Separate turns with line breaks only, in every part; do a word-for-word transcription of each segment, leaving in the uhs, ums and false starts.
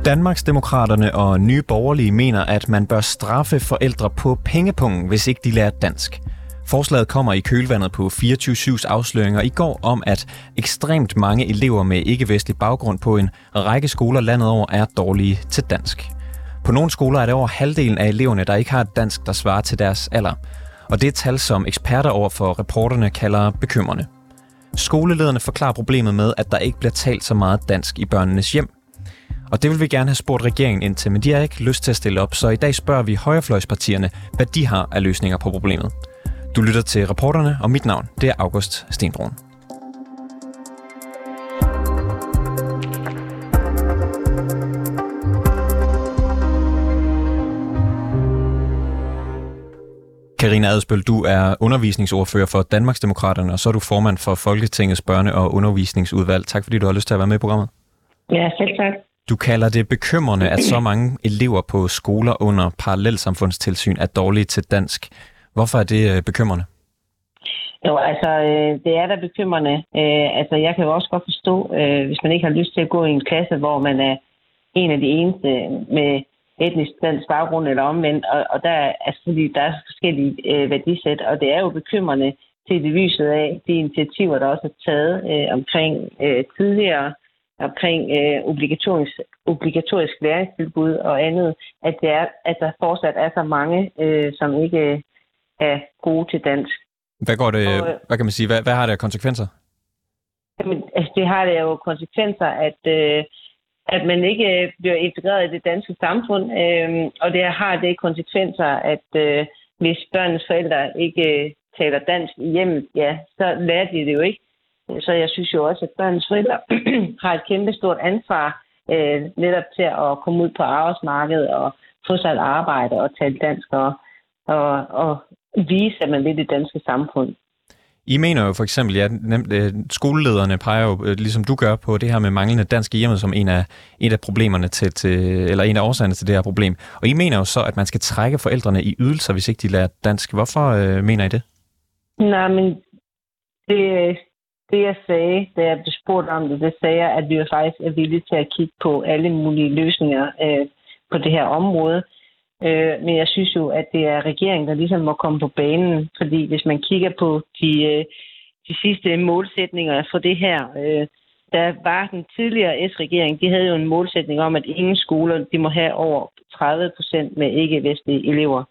Danmarksdemokraterne og Nye Borgerlige mener, at man bør straffe forældre på pengepungen, hvis ikke de lærer dansk. Forslaget kommer i kølvandet på fireogtyve syvs afsløringer i går om, at ekstremt mange elever med ikke-vestlig baggrund på en række skoler landet over er dårlige til dansk. På nogle skoler er det over halvdelen af eleverne, der ikke har et dansk, der svarer til deres alder. Og det er tal, som eksperter over for reporterne kalder bekymrende. Skolelederne forklarer problemet med, at der ikke bliver talt så meget dansk i børnenes hjem. Og det vil vi gerne have spurgt regeringen ind til, men de har ikke lyst til at stille op, så i dag spørger vi højrefløjspartierne, hvad de har af løsninger på problemet. Du lytter til Reporterne, og mit navn det er August Stenbrun. Karina Adsbøl, du er undervisningsordfører for Danmarksdemokraterne, og så er du formand for Folketingets børne- og undervisningsudvalg. Tak fordi du har lyst til at være med i programmet.
Ja, selv tak.
Du kalder det bekymrende, at så mange elever på skoler under parallelsamfundstilsyn er dårlige til dansk. Hvorfor er det bekymrende?
Jo, altså, det er da bekymrende. Altså, jeg kan jo også godt forstå, hvis man ikke har lyst til at gå i en klasse, hvor man er en af de eneste med etnisk dansk baggrund eller omvendt, og, og der er selvfølgelig der er forskellige øh, værdisæt, og det er jo bekymrende til det lyset af de initiativer, der også er taget øh, omkring øh, tidligere, omkring øh, obligatorisk, obligatorisk læringstilbud og andet, at, det er, at der fortsat er så mange, øh, som ikke er gode til dansk.
Hvad går det, og, hvad kan man sige, hvad, hvad har det af konsekvenser?
Jamen, altså, det har det jo konsekvenser, at øh, at man ikke bliver integreret i det danske samfund, øh, og det har det konsekvenser, at øh, hvis børnenes forældre ikke øh, taler dansk i hjemmet, ja, så lærer de det jo ikke. Så jeg synes jo også, at børnenes forældre har et kæmpe stort ansvar øh, netop til at komme ud på arbejdsmarkedet og få sig et arbejde og tale dansk og, og, og vise, at man vil det danske samfund.
I mener jo for eksempel, ja, skolelederne peger jo, ligesom du gør, på det her med manglende dansk i hjemmet som en af, en af problemerne til, til, eller en af årsagerne til det her problem. Og I mener jo så, at man skal trække forældrene i ydelser, hvis ikke de lærer dansk. Hvorfor øh, mener I det?
Nej, men det, det jeg sagde, da jeg blev spurgt om det, det sagde jeg, at vi jo faktisk er villige til at kigge på alle mulige løsninger øh, på det her område. Øh, men jeg synes jo, at det er regeringen, der ligesom må komme på banen, fordi hvis man kigger på de, øh, de sidste målsætninger for det her, øh, der var den tidligere S-regering, de havde jo en målsætning om, at ingen skoler de må have over tredive procent med ikke-vestlige elever.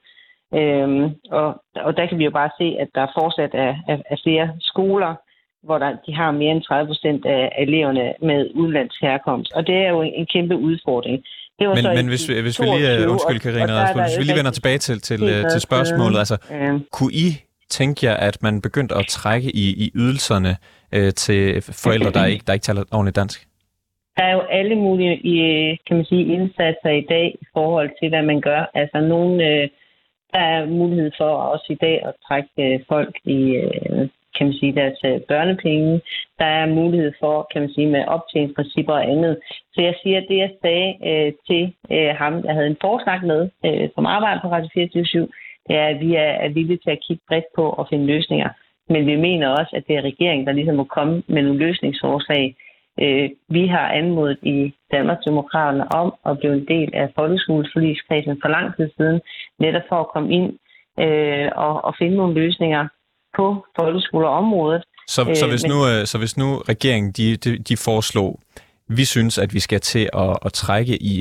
Øh, og, og der kan vi jo bare se, at der fortsat er, er, er flere skoler, hvor der, de har mere end tredive procent af eleverne med udenlandsk herkomst. Og det er jo en, en kæmpe udfordring.
Men, men hvis, hvis vi lige, undskyld Karina, og, og hvis vi lige vender tilbage til, til, til spørgsmålet, altså øh. kunne I tænke jer, at man begyndte at trække i, i ydelserne øh, til forældre, der ikke, der ikke taler ordentligt dansk?
Der er jo alle mulige, kan man sige, indsatser i dag i forhold til, hvad man gør. Altså nogle, øh, der er mulighed for også i dag at trække øh, folk i, øh, kan man sige, deres øh, børnepenge. Der er mulighed for, kan man sige, med optjeningsprincipper og andet. Så jeg siger, at det jeg sagde øh, til øh, ham, jeg havde en forsnak med, øh, som arbejder på Radio fireogtyve syv, det er, at vi er, er villige til at kigge bredt på og finde løsninger. Men vi mener også, at det er regeringen, der ligesom må komme med nogle løsningsforslag. Øh, vi har anmodet i Danmarksdemokraterne om at blive en del af folkeskoleforligskredsen for lang tid siden, netop for at komme ind øh, og, og finde nogle løsninger på folkeskoleområdet.
Så, så, hvis nu, så hvis nu regeringen de, de, de foreslår, vi synes, at vi skal til at, at trække i,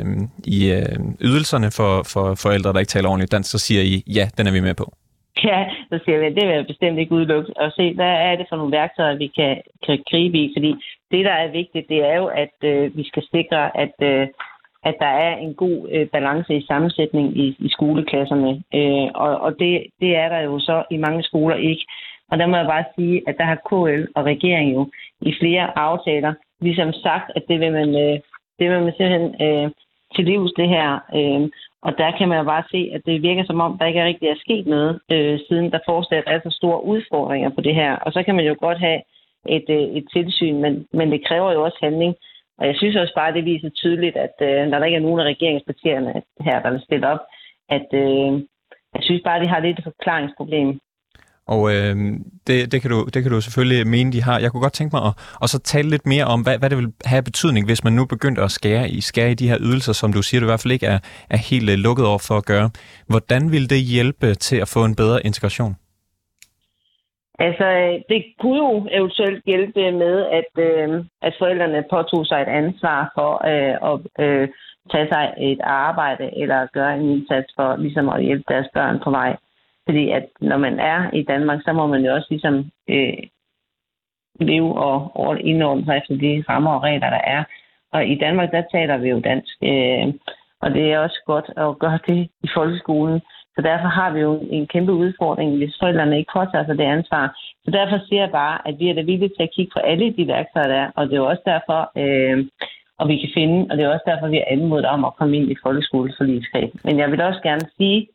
i ydelserne for, for forældre, der ikke taler ordentligt dansk, så siger I, ja, den er vi med på.
Ja, så siger vi, det vil jeg bestemt ikke udelukke. Og se, hvad er det for nogle værktøjer, vi kan, kan gribe i? Fordi det, der er vigtigt, det er jo, at øh, vi skal sikre, at, øh, at der er en god øh, balance i sammensætning i, i skoleklasserne. Øh, og og det, det er der jo så i mange skoler ikke. Og der må jeg bare sige, at der har K L og regeringen jo i flere aftaler ligesom sagt, at det vil man, øh, det vil man simpelthen øh, til livs det her. Øh, og der kan man jo bare se, at det virker som om, der ikke er rigtig er sket noget, øh, siden der fortsat er så store udfordringer på det her. Og så kan man jo godt have et, øh, et tilsyn, men, men det kræver jo også handling. Og jeg synes også bare, at det viser tydeligt, at øh, når der ikke er nogen af regeringspartierne her, der vil stille op, at øh, jeg synes bare, at de har lidt et forklaringsproblem.
Og øh, det, det, kan du, det kan du selvfølgelig mene, de har. Jeg kunne godt tænke mig at, at så tale lidt mere om, hvad, hvad det vil have betydning, hvis man nu begyndte at skære i, skære i de her ydelser, som du siger, du i hvert fald ikke er, er helt lukket over for at gøre. Hvordan vil det hjælpe til at få en bedre integration?
Altså, det kunne jo eventuelt hjælpe med, at, øh, at forældrene påtog sig et ansvar for øh, at øh, tage sig et arbejde eller gøre en indsats for ligesom at hjælpe deres børn på vej. Fordi at når man er i Danmark, så må man jo også ligesom øh, leve og, og indordne sig efter de rammer og regler, der er. Og i Danmark, der taler vi jo dansk. Øh, og det er også godt at gøre det i folkeskolen. Så derfor har vi jo en kæmpe udfordring, hvis forældrene ikke påtager sig det ansvar. Så derfor siger jeg bare, at vi er da villige til at kigge på alle de værktøjer, der er. Og det er jo også derfor, øh, og vi kan finde, og det er også derfor, vi er anmodet om at komme ind i folkeskoleforligskredsen. Men jeg vil også gerne sige,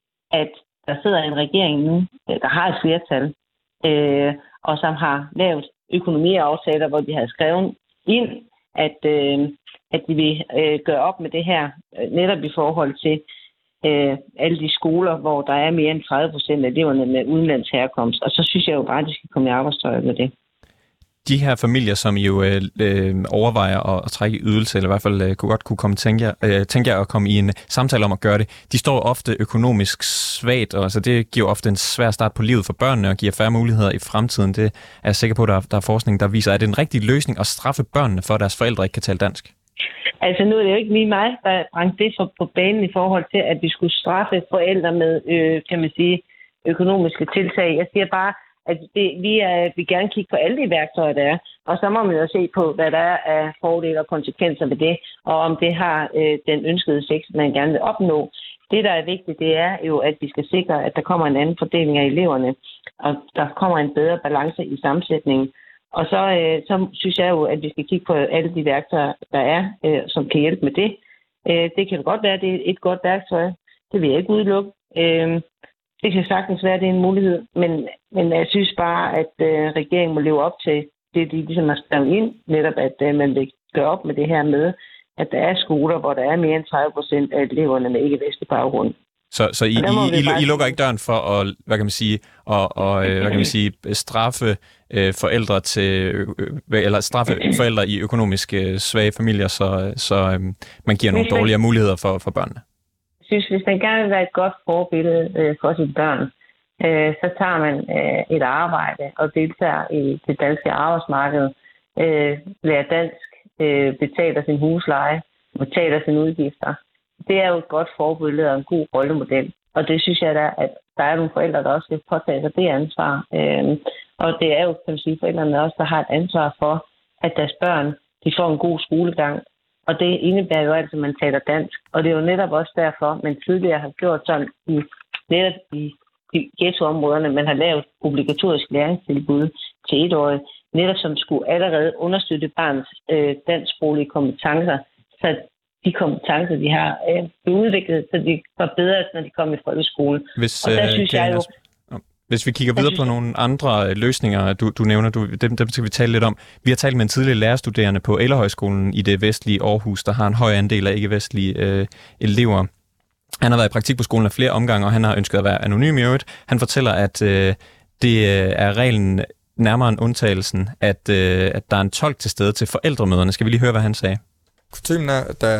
at der sidder en regering nu, der har et flertal, øh, og som har lavet økonomiaftaler, hvor de har skrevet ind, at, øh, at de vil øh, gøre op med det her, øh, netop i forhold til øh, alle de skoler, hvor der er mere end tredive procent af eleverne med udenlandsk herkomst. Og så synes jeg jo bare, at de skal komme i arbejdstøjet med det.
De her familier, som I jo øh, øh, overvejer at, at trække i ydelse, eller i hvert fald øh, kunne godt kunne komme tænke jer, øh, tænke jer at komme i en samtale om at gøre det, de står ofte økonomisk svagt, og altså, det giver ofte en svær start på livet for børnene og giver færre muligheder i fremtiden. Det er jeg sikker på, at der, der er forskning, der viser, at det er en rigtig løsning at straffe børnene for, at deres forældre ikke kan tale dansk. Altså
nu er det jo ikke lige mig, der bragte det for, på banen i forhold til, at vi skulle straffe forældre med, øh, kan man sige, økonomiske tiltag. Jeg siger bare, at det, vi er, vil gerne kigge på alle de værktøjer, der er, og så må man jo se på, hvad der er af fordele og konsekvenser ved det, og om det har øh, den ønskede effekt, man gerne vil opnå. Det, der er vigtigt, det er jo, at vi skal sikre, at der kommer en anden fordeling af eleverne, og der kommer en bedre balance i sammensætningen. Og så, øh, så synes jeg jo, at vi skal kigge på alle de værktøjer, der er, øh, som kan hjælpe med det. Øh, det kan jo godt være, at det er et godt værktøj. Det vil jeg ikke udelukke. Øh, Det kan sagtens være, at det er en mulighed, men, men jeg synes bare, at øh, regeringen må leve op til det, de ligesom har skrevet ind, netop at øh, man vil gøre op med det her med, at der er skoler, hvor der er mere end tredive procent af eleverne med ikke-vestlig baggrund.
Så, så I, I, I, I lukker ikke døren for at, hvad kan man sige, og, og, hvad kan man sige, straffe øh, forældre til, øh, eller straffe forældre i økonomisk øh, svage familier, så, så øh, man giver nogle dårligere muligheder for, for børnene?
Jeg synes, hvis man gerne vil være et godt forbillede øh, for sine børn, øh, så tager man øh, et arbejde og deltager i det danske arbejdsmarked, øh, lærer dansk, øh, betaler sin husleje, betaler sine udgifter. Det er jo et godt forbillede og en god rollemodel. Og det synes jeg da, at der er nogle forældre, der også skal påtage sig det ansvar. Øh, og det er jo, kan man sige, forældrene også, der har et ansvar for, at deres børn de får en god skolegang. Og det indebærer jo altså, at man taler dansk. Og det er jo netop også derfor, man tidligere har gjort sådan i, netop i, i ghettoområderne, man har lavet obligatorisk læringstilbud til etårige, netop som skulle allerede understøtte barns øh, dansksproglige kompetencer, så de kompetencer, de har øh, udviklet, så de var bedre, når de kom i folkeskole.
Hvis,
og der øh, synes jeg jo...
Hvis vi kigger videre på nogle andre løsninger, du, du nævner, du, dem, dem skal vi tale lidt om. Vi har talt med en tidligere lærerstuderende på Ellerhøjskolen i det vestlige Aarhus, der har en høj andel af ikke-vestlige øh, elever. Han har været i praktik på skolen af flere omgange, og han har ønsket at være anonym i øvrigt. Han fortæller, at øh, det er reglen nærmere end undtagelsen, at, øh, at der er en tolk til stede til forældremøderne. Skal vi lige høre, hvad han sagde?
Kutymen er, at der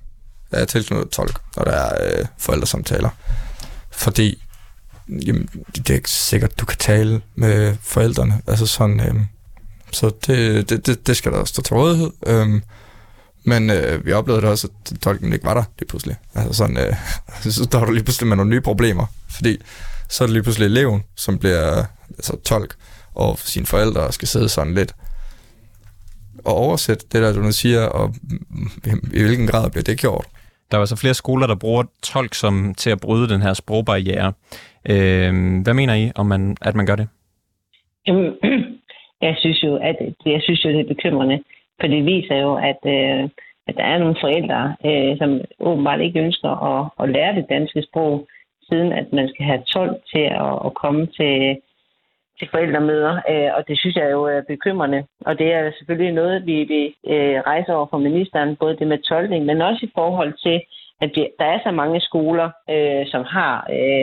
er tilknyttet tolk, når der er øh, forældresamtaler. Fordi jamen, det er ikke sikkert, du kan tale med forældrene. Altså sådan, øhm, så det, det, det, det skal der stå til rådighed. Øhm, men øh, vi oplevede det også, at tolken ikke var der lige pludselig. Altså sådan, øh, så står du lige pludselig med nogle nye problemer. Fordi så er det lige pludselig eleven, som bliver altså, tolk, og sine forældre skal sidde sådan lidt og oversætte det der, du nu siger, og i hvilken grad bliver det gjort.
Der er altså flere skoler, der bruger tolk som til at bryde den her sprogbarriere. Øh, hvad mener I, om man, at man gør det?
Jamen, jeg synes jo, at det, jeg synes jo, det er bekymrende, for det viser jo, at, øh, at der er nogle forældre, øh, som åbenbart ikke ønsker at, at lære det danske sprog, siden at man skal have tolk til at, at komme til, til forældremøder, øh, og det synes jeg jo er bekymrende. Og det er selvfølgelig noget, vi vil øh, rejse over for ministeren, både det med tolkning, men også i forhold til, at det, der er så mange skoler, øh, som har... Øh,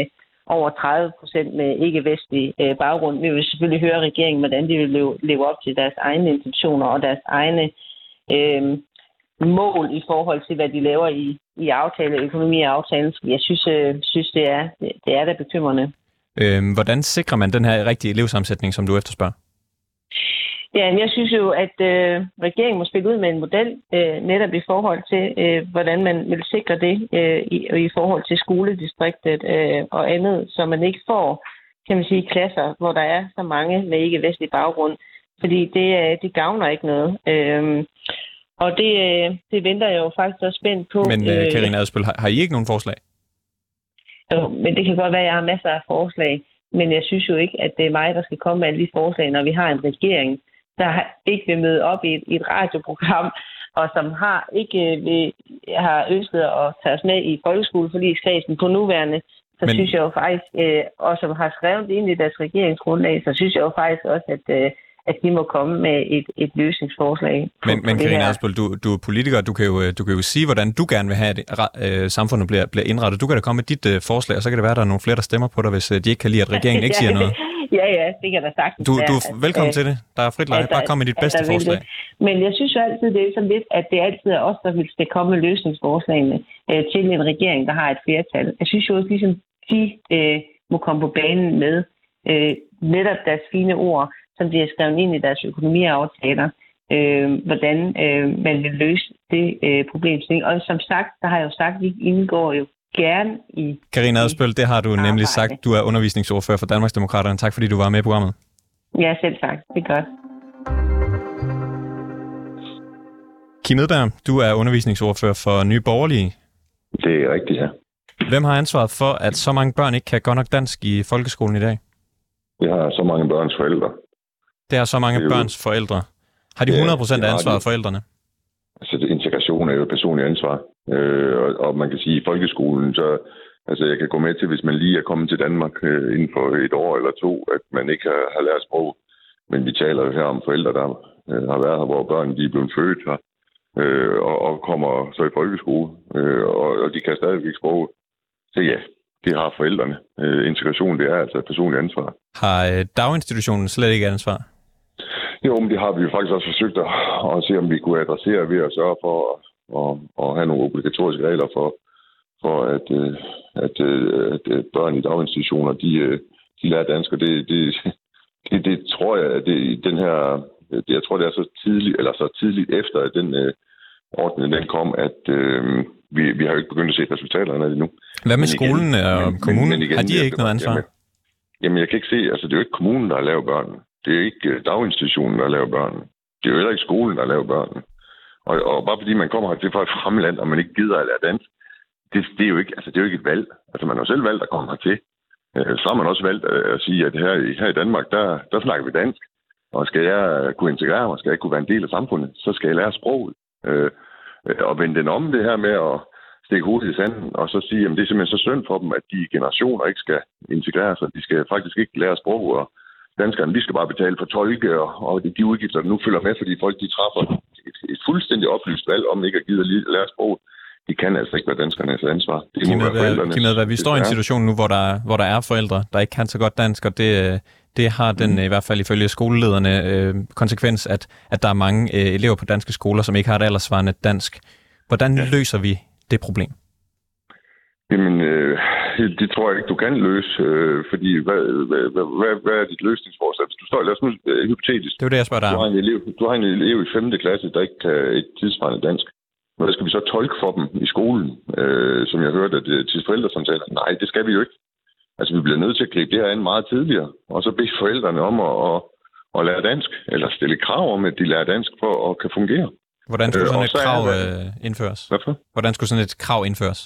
over tredive procent med ikke-vestlig øh, baggrund. Vi vil selvfølgelig høre regeringen, hvordan de vil leve, leve op til deres egne intentioner og deres egne øh, mål i forhold til, hvad de laver i, i aftale, økonomiaftalen. Jeg synes, øh, synes det, er, det er da bekymrende.
Øhm, hvordan sikrer man den her rigtige elevsammensætning, som du efterspørger?
Ja, jeg synes jo, at øh, regeringen må spille ud med en model øh, netop i forhold til, øh, hvordan man vil sikre det øh, i, i forhold til skoledistriktet øh, og andet, så man ikke får, kan man sige, klasser, hvor der er så mange med ikke-vestlig baggrund, fordi det, det gavner ikke noget. Øh, og det, det venter jeg jo faktisk også spændt på.
Men øh, Karina Adsbøl, har, har I ikke nogen forslag?
Jo, men det kan godt være, at jeg har masser af forslag, men jeg synes jo ikke, at det er mig, der skal komme med alle de forslag, når vi har en regering, der ikke vil møde op i et, i et radioprogram, og som har ikke vil, har ønsket at tage os med i folkeskoleforligskredsen på nuværende, så men, synes jeg jo faktisk, øh, og som har skrevet ind i deres regeringsgrundlag, så synes jeg jo faktisk også, at, øh, at de må komme med et, et løsningsforslag. På,
men men Karina Adsbøl, du, du er politiker, du kan, jo, du kan jo sige, hvordan du gerne vil have, at øh, samfundet bliver, bliver indrettet. Du kan da komme med dit øh, forslag, og så kan det være, at der er nogle flere, der stemmer på dig, hvis øh, de ikke kan lide, at regeringen ikke siger noget.
Ja, ja, det kan da sagtens
du,
være.
Du er velkommen at, til det. Der er frit lejr. Bare kom med dit bedste forslag.
Men jeg synes jo altid, det er så lidt, at det altid er os, der skal komme med løsningsforslagene øh, til en regering, der har et flertal. Jeg synes jo også, ligesom de øh, må komme på banen med øh, netop deres fine ord, som de har skrevet ind i deres økonomiaftaler, øh, hvordan øh, man vil løse det øh, problemstilling. Og som sagt, der har jeg jo sagt, at vi indgår jo gerne i...
Karina Adsbøl, det har du arbejde. Nemlig sagt. Du er undervisningsordfører for Danmarksdemokraterne. Tak fordi du var med i programmet.
Ja, selv tak. Det er godt.
Kim Edberg, du er undervisningsordfører for Nye Borgerlige.
Det er rigtigt, ja.
Hvem har ansvaret for, at så mange børn ikke kan godt nok dansk i folkeskolen i dag?
Det har så mange børns forældre.
Det har så mange
jo...
børns forældre. Har de hundrede procent
ja,
ansvar af
de...
forældrene?
Altså, integration er jo et personligt ansvar. Øh, og, og man kan sige, at i folkeskolen, så altså, jeg kan gå med til, hvis man lige er kommet til Danmark øh, inden for et år eller to, at man ikke har, har lært sprog. Men vi taler jo her om forældre, der øh, har været her, hvor børn de er blevet født her, øh, og, og kommer så i folkeskole, øh, og, og de kan stadigvæk ikke sprog. Så ja, det har forældrene. Øh, integration, det er altså et personligt ansvar.
Har øh, daginstitutionen slet ikke ansvar?
Jo, men det har vi jo faktisk også forsøgt at, at se, om vi kunne adressere ved at sørge for at, at, at have nogle obligatoriske regler for, for at, at, at, at børn i daginstitutioner, de, de lærer dansk. Og det, det, det, det tror jeg, at det, den her, det, jeg tror, det er så tidligt, eller så tidligt efter, at den uh, ordning den kom, at uh, vi, vi har jo ikke begyndt at se resultaterne af det nu.
Hvad med men skolen igen, og men, kommunen? Men igen, har de ikke noget ansvar?
Jamen, jamen, jeg kan ikke se, altså det er jo ikke kommunen, der har lavet børnene. Det er ikke daginstitutionen, der laver børnene. Det er jo heller ikke skolen, der laver børnene. Og, og bare fordi man kommer hertil fra et fremland, og man ikke gider at lære dansk, det, det, er jo ikke, altså, det er jo ikke et valg. Altså man har jo selv valgt at komme hertil. Så har man også valgt at sige, at her, her i Danmark, der, der snakker vi dansk. Og skal jeg kunne integrere mig, skal jeg kunne være en del af samfundet, så skal jeg lære sproget. Øh, og vende den om det her med at stikke hovedet i sanden, og så sige, at det er simpelthen så synd for dem, at de generationer ikke skal integrere sig. De skal faktisk ikke lære sprog, og danskerne, de skal bare betale for tolke, og, og de udgifter, der nu følger med, fordi folk, de træffer et, et fuldstændig oplyst valg om ikke at gide at lære sprog. De kan altså ikke være danskernes ansvar. Det må være forældrenes.
Kim Edberg, vi står i en situation nu, hvor der, hvor der er forældre, der ikke kan så godt dansk, og det, det har den mm. i hvert fald ifølge skolelederne øh, konsekvens, at, at der er mange øh, elever på danske skoler, som ikke har et alderssvarende dansk. Hvordan ja. løser vi det problem?
Jamen, øh, det tror jeg ikke, du kan løse, øh, fordi hvad, hvad, hvad, hvad er dit løsningsforslag? Hvis du står, lad os nu øh, hypotetisk.
Det er det, jeg spørger dig.
Du har en elev, du har en elev i femte klasse, der ikke kan et tidsvarende dansk. Hvad skal vi så tolke for dem i skolen, øh, som jeg hørte, at det til forældresamtaler? Nej, det skal vi jo ikke. Altså, vi bliver nødt til at gribe det her ind meget tidligere, og så bede forældrene om at, at, at lære dansk, eller stille krav om, at de lærer dansk for at kan fungere.
Hvordan skulle sådan et øh, krav øh, indføres?
Hvorfor?
Hvordan skulle sådan et krav indføres?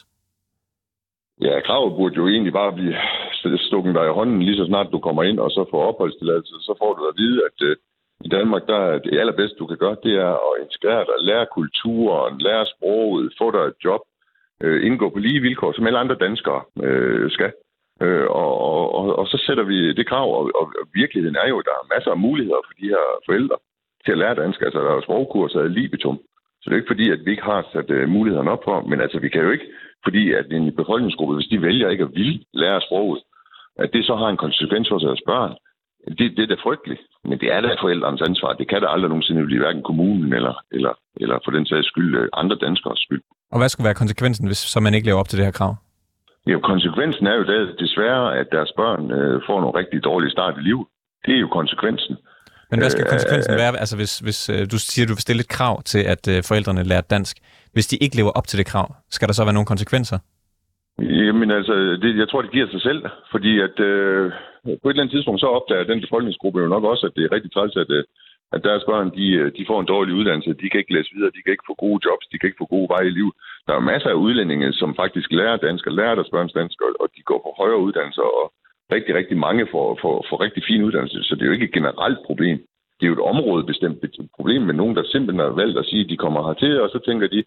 Ja, kravet burde jo egentlig bare blive stukket dig i hånden, lige så snart du kommer ind, og så får opholdstilladelse, så får du at vide, at øh, i Danmark, der er det allerbedste, du kan gøre, det er at integrere dig, lære kulturen, lære sproget, få dig et job, øh, indgå på lige vilkår, som alle andre danskere øh, skal. Øh, og, og, og så sætter vi det krav, og, og virkeligheden er jo, at der er masser af muligheder for de her forældre til at lære dansk. Altså, der er sprogkurser ad libitum. Så det er ikke fordi, at vi ikke har sat uh, mulighederne op for, men altså, vi kan jo ikke, fordi at en befolkningsgruppe, hvis de vælger ikke at ville lære sproget, At det så har en konsekvens for deres børn, det, det er da frygteligt. Men det er da forældrenes ansvar. Det kan da aldrig nogensinde blive hverken kommunen eller, eller, eller for den sags skyld andre danskers skyld.
Og hvad skulle være konsekvensen, hvis så man ikke lever op til det her krav?
Ja, konsekvensen er jo da, desværre, at deres børn øh, får nogle rigtig dårlige start i livet. Det er jo konsekvensen.
Men hvad skal konsekvensen være, altså hvis, hvis du siger, at du vil stille et krav til, at øh, forældrene lærer dansk? Hvis de ikke lever op til det krav, skal der så være nogle konsekvenser?
Jamen altså, det, jeg tror, det giver sig selv. Fordi at øh, på et eller andet tidspunkt, så opdager den befolkningsgruppe jo nok også, at det er rigtig træls, at, at deres børn, de, de får en dårlig uddannelse. De kan ikke læse videre, de kan ikke få gode jobs, de kan ikke få gode veje i livet. Der er masser af udlændinge, som faktisk lærer dansk og lærer deres børns dansk, og de går på højere uddannelser, og rigtig, rigtig mange får, får, får rigtig fin uddannelse. Så det er jo ikke et generelt problem. Det er jo et områdebestemt problem med nogen, der simpelthen har valgt at sige, at de kommer hertil, og så tænker de,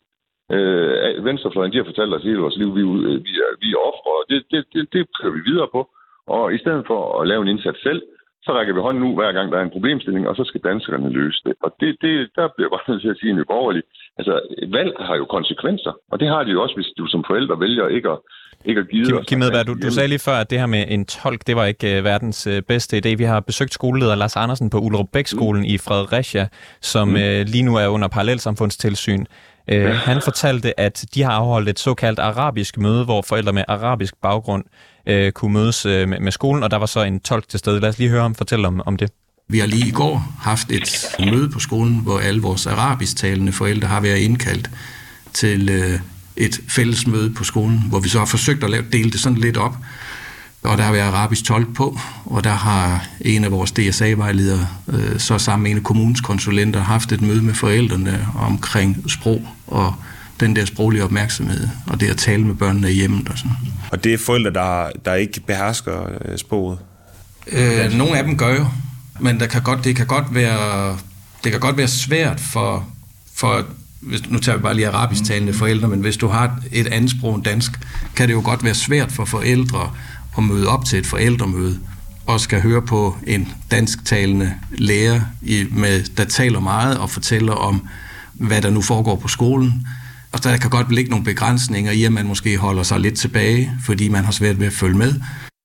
øh, venstrefløjen, de har fortalt os hele vores liv, vi, vi, er, vi er ofre, og det, det, det, det kører vi videre på. Og i stedet for at lave en indsats selv, så rækker vi hånden nu, hver gang der er en problemstilling, og så skal danskerne løse det. Og det, det der bliver bare nødt til at sige en borgerlig. Altså, valg har jo konsekvenser, og det har de jo også, hvis du som forældre vælger ikke at ikke at give.
Kim Edberg, du, du sagde lige før, at det her med en tolk, det var ikke uh, verdens uh, bedste idé. Vi har besøgt skoleleder Lars Andersen på Ullerup Bæk-skolen mm. i Fredericia, som mm. uh, lige nu er under parallelsamfundstilsyn. Uh, ja. Han fortalte, at de har afholdt et såkaldt arabisk møde, hvor forældre med arabisk baggrund uh, kunne mødes uh, med, med skolen, og der var så en tolk til stede. Lad os lige høre ham fortælle om, om det.
Vi har lige i går haft et møde på skolen, hvor alle vores arabisktalende forældre har været indkaldt til uh, et fælles møde på skolen, hvor vi så har forsøgt at lave, dele det sådan lidt op. Og der har været arabisk tolk på, og der har en af vores D S A-vejledere øh, så sammen med en af kommunens konsulenter haft et møde med forældrene omkring sprog og den der sproglige opmærksomhed, og det at tale med børnene i hjemmet og sådan.
Og det er forældre, der, der ikke behersker øh, sproget?
Øh, nogle af dem gør jo, men der kan godt, det kan godt være det kan godt være svært for, for hvis, nu tager vi bare lige arabisk talende forældre, men hvis du har et andet sprog end dansk, kan det jo godt være svært for forældre at møde op til et forældremøde og skal høre på en dansktalende lærer, i, med, der taler meget og fortæller om, hvad der nu foregår på skolen. Og der kan godt ligge nogle begrænsninger i, at man måske holder sig lidt tilbage, fordi man har svært ved at følge med.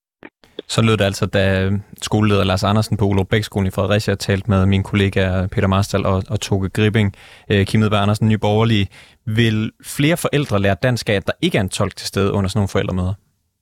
Så lød det altså, da skoleleder Lars Andersen på Ullerup Bæk-skolen i Fredericia talte med mine kollegaer Peter Marstal og, og Toge Gripping. Kim Edberg Andersen, Nye Borgerlige. Vil flere forældre lære dansk af, at der ikke er en tolk til stede under sådan nogle forældremøder?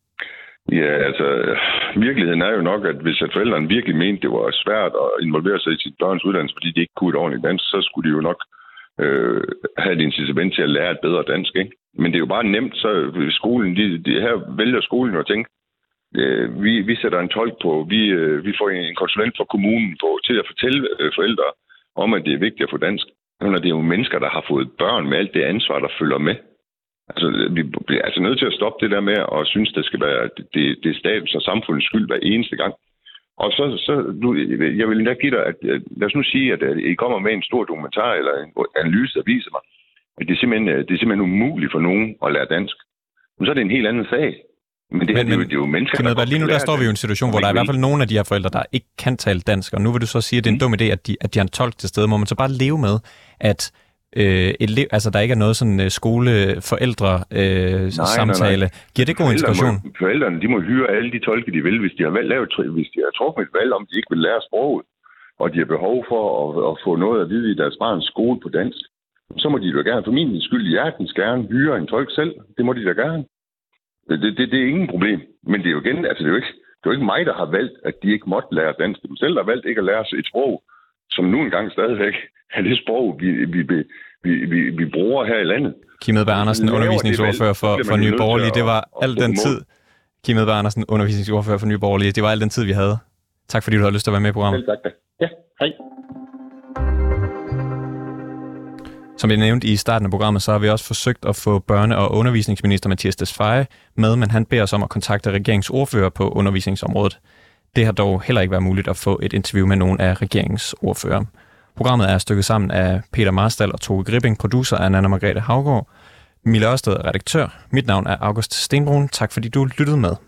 Ja, altså, virkeligheden er jo nok, at hvis at forældrene virkelig mente, det var svært at involvere sig i sit børns uddannelse, fordi de ikke kunne et ordentligt dansk, så skulle de jo nok øh, have et incitament til at lære et bedre dansk, ikke? Men det er jo bare nemt, så skolen, de, de her vælger skolen jo at tænke, øh, vi, vi sætter en tolk på, vi, øh, vi får en konsulent fra kommunen på til at fortælle øh, forældre om, at det er vigtigt at få dansk. Når det er jo mennesker, der har fået børn med alt det ansvar, der følger med. Altså, vi bliver altså nødt til at stoppe det der med at synes, det skal være det, det er statens og samfundets skyld hver eneste gang. Og så, så du, jeg vil endda give dig, at lad os nu sige, at I kommer med en stor dokumentar eller en analyse, der viser mig, at det er simpelthen, det er simpelthen umuligt for nogen at lære dansk. Men så er det en helt anden sag. Men det,
men,
her, det, er, jo, det er jo mennesker, der
lige nu der står vi jo i en situation, hvor der er i hvert fald nogle af de her forældre, der ikke kan tale dansk. Og nu vil du så sige, at det er en dum idé, at de, at de har en tolk til stede. Må man så bare leve med, at Øh, elev, altså der ikke er noget sådan uh, skole-forældre-samtale. Øh, Giver det god integration?
Må, forældrene, de må hyre alle de tolke, de vil, hvis de har valgt, lavet, hvis de har truffet et valg om, de ikke vil lære sproget, og de har behov for at, at få noget at vide i deres barns skole på dansk, så må de da gerne, for min skyld, hjertens gerne hyre en tolk selv. Det må de da gerne. Det, det, det, det er ingen problem. Men det er jo igen, altså det er jo ikke, det er jo ikke mig, der har valgt, at de ikke måtte lære dansk. De selv har valgt ikke at lære sig et sprog, som nu engang stadigvæk er det sprog, vi, vi, vi, vi, vi bruger her i landet.
Kim Edberg Andersen, undervisningsordfører for, for Nye Borgerlige. Det var al den tid. Kim Edberg Andersen, undervisningsordfører for Nye Borgerlige. Det var al den tid, vi havde. Tak fordi du havde lyst til at være med i programmet.
Selv tak. Ja, hej.
Som jeg nævnte i starten af programmet, så har vi også forsøgt at få børne- og undervisningsminister Mattias Tesfaye med, men han beder os om at kontakte regeringsordfører på undervisningsområdet. Det har dog heller ikke været muligt at få et interview med nogen af regeringsordfører. Programmet er stykket sammen af Peter Marstal og Toge Gripping, producer af Anna Margrethe Haugaard, Mille Ørsted, redaktør. Mit navn er August Stenbrun. Tak fordi du lyttede med.